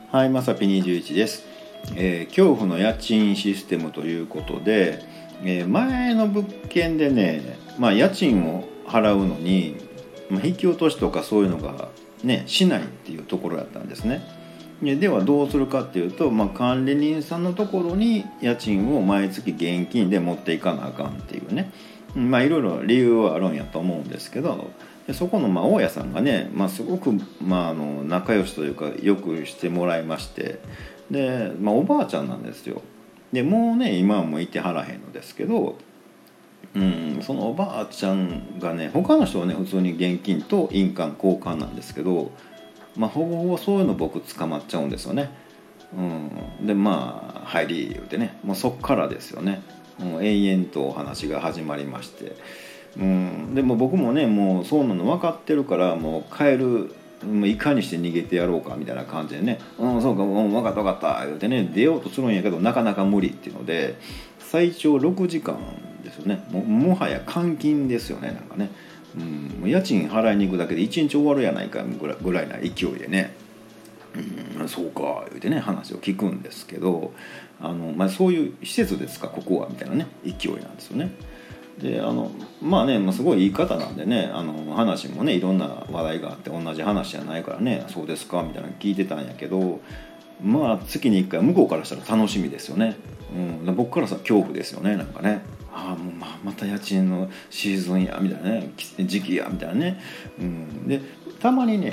はい、まさぴ21です。恐怖の家賃システムということで、前の物件でね、家賃を払うのに、引き落としとかそういうのがねしないっていうところだったんですね。ではどうするかっていうと、管理人さんのところに家賃を毎月現金で持っていかなあかんっていうね、いろいろ理由はあるんやと思うんですけど、そこの大家さんがね、すごく、仲良しというかよくしてもらいまして、で、おばあちゃんなんですよ。でもうね今はもういてはらへんのですけど、そのおばあちゃんがね、他の人はね普通に現金と印鑑交換なんですけど、ほぼほぼそういうの僕捕まっちゃうんですよね。で入り言うてね、もうそっからですよね。延々とお話が始まりまして、でも僕もねもうそうなの分かってるから、もう帰る、いかにして逃げてやろうかみたいな感じでね、そうか、分かった分かった言うてね出ようとするんやけど、なかなか無理っていうので、最長6時間ですよね。もはや監禁ですよね。なんかね、家賃払いに行くだけで1日終わるやないかぐらいな勢いでね、そうか言うてね話を聞くんですけど、そういう施設ですかここはみたいなね勢いなんですよね。ですごい言い方なんでね、話もねいろんな話題があって同じ話じゃないからね、そうですかみたいなの聞いてたんやけど、月に1回向こうからしたら楽しみですよね。僕からさ恐怖ですよね。なんかね、もうまた家賃のシーズンやみたいなね、時期やみたいなね、でたまにね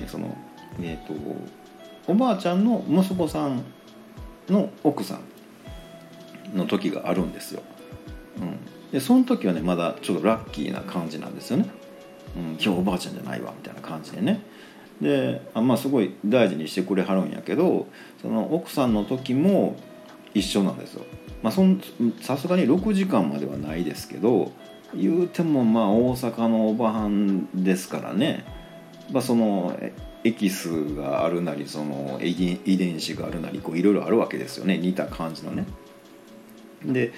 おばあちゃんの息子さんの奥さんの時があるんですよ。でその時はねまだちょっとラッキーな感じなんですよね。今日おばあちゃんじゃないわみたいな感じでね。ですごい大事にしてくれはるんやけど、その奥さんの時も一緒なんですよ。さすがに6時間まではないですけど、言うても大阪のおばはんですからね、そのエキスがあるなり、その遺伝子があるなり、いろいろあるわけですよね、似た感じのね。で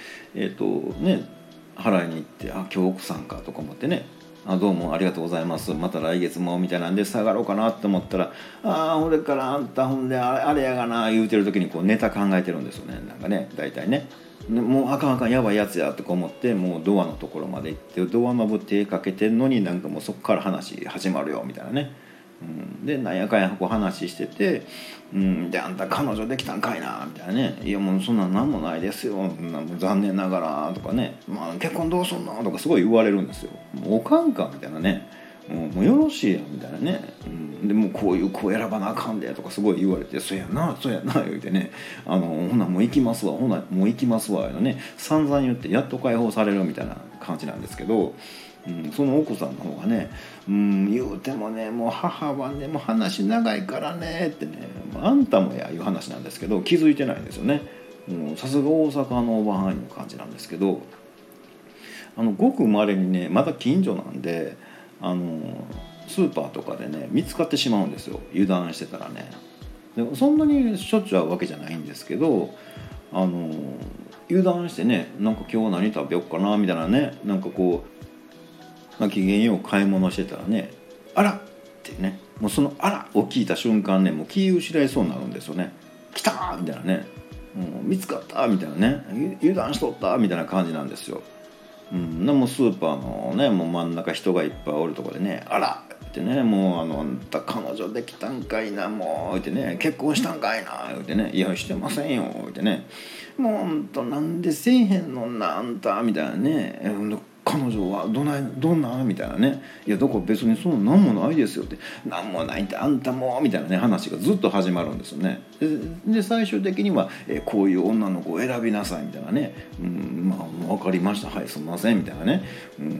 払いに行って、今日奥さんかとか思ってね、どうもありがとうございます、また来月もみたいなんで下がろうかなって思ったら、ほれからあんたほんであれやがな言うてる時にネタ考えてるんですよね。なんかね大体ね、もうあかんあかんやばいやつやとか思って、もうドアのところまで行ってドアノブ手かけてんのに、なんかもうそこから話始まるよみたいなね。でなんやかんや話してて、であんた彼女できたんかいなみたいなね、いやもうそんなん何もないですよ、もう残念ながらとかね、結婚どうすんのとかすごい言われるんですよ。もうおかんかみたいなね、もうよろしいやみたいなね、でもうこういう子選ばなあかんでとかすごい言われて、そうやな言うてね、ほなもう行きますわ、もう行きますわね、散々言ってやっと解放されるみたいな感じなんですけど、その奥さんの方がね、言うてもね、もう母はねもう話長いからねってね、あんたもやいう話なんですけど、気づいてないんですよね。さすが大阪のおばはんいう感じなんですけど、ごくまれにね、また近所なんでスーパーとかでね見つかってしまうんですよ、油断してたらね。でそんなにしょっちゅう会うわけじゃないんですけど、油断してね、なんか今日何食べようかなみたいなね、なんか機嫌よう買い物してたらね、あらってね、もうそのあらを聞いた瞬間ね、もう気失いそうになるんですよね。来たーみたいなね、見つかったみたいなね、油断しとったみたいな感じなんですよ。でもスーパーのねもう真ん中人がいっぱいおるところでね、あらってね、もうあんた彼女できたんかいな、もうってね、結婚したんかいなってね、いやしてませんよってね、もうほんとなんでせえへんのんなあんたみたいなね、彼女はどんなみたいなね、いやどこ別にそんなんもないですよって、なんもないってあんたもみたいなね話がずっと始まるんですよね。で最終的には、こういう女の子を選びなさいみたいなね、分かりました、はいすみませんみたいなね、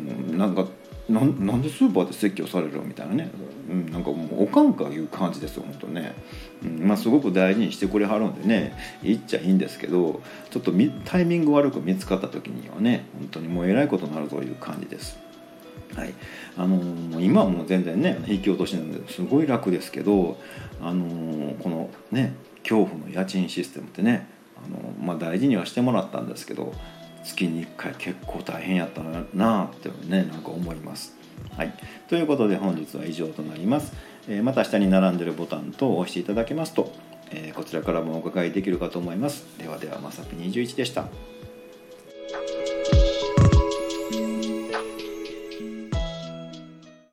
なんでスーパーで説教されるみたいなね、なんかもうおかんかいう感じですよ本当ね。すごく大事にしてくれはるんでね、言っちゃいいんですけど、ちょっとタイミング悪く見つかった時にはね、本当にもうえらいことになるという感じです。はい、今はもう全然ね引き落としなんですごい楽ですけど、このね恐怖の家賃システムってね、大事にはしてもらったんですけど、月に1回結構大変やったなってね、なんか思います。はい、ということで本日は以上となります。また下に並んでるボタン等を押していただけますとこちらからもお伺いできるかと思います。ではではまさぴ21でした。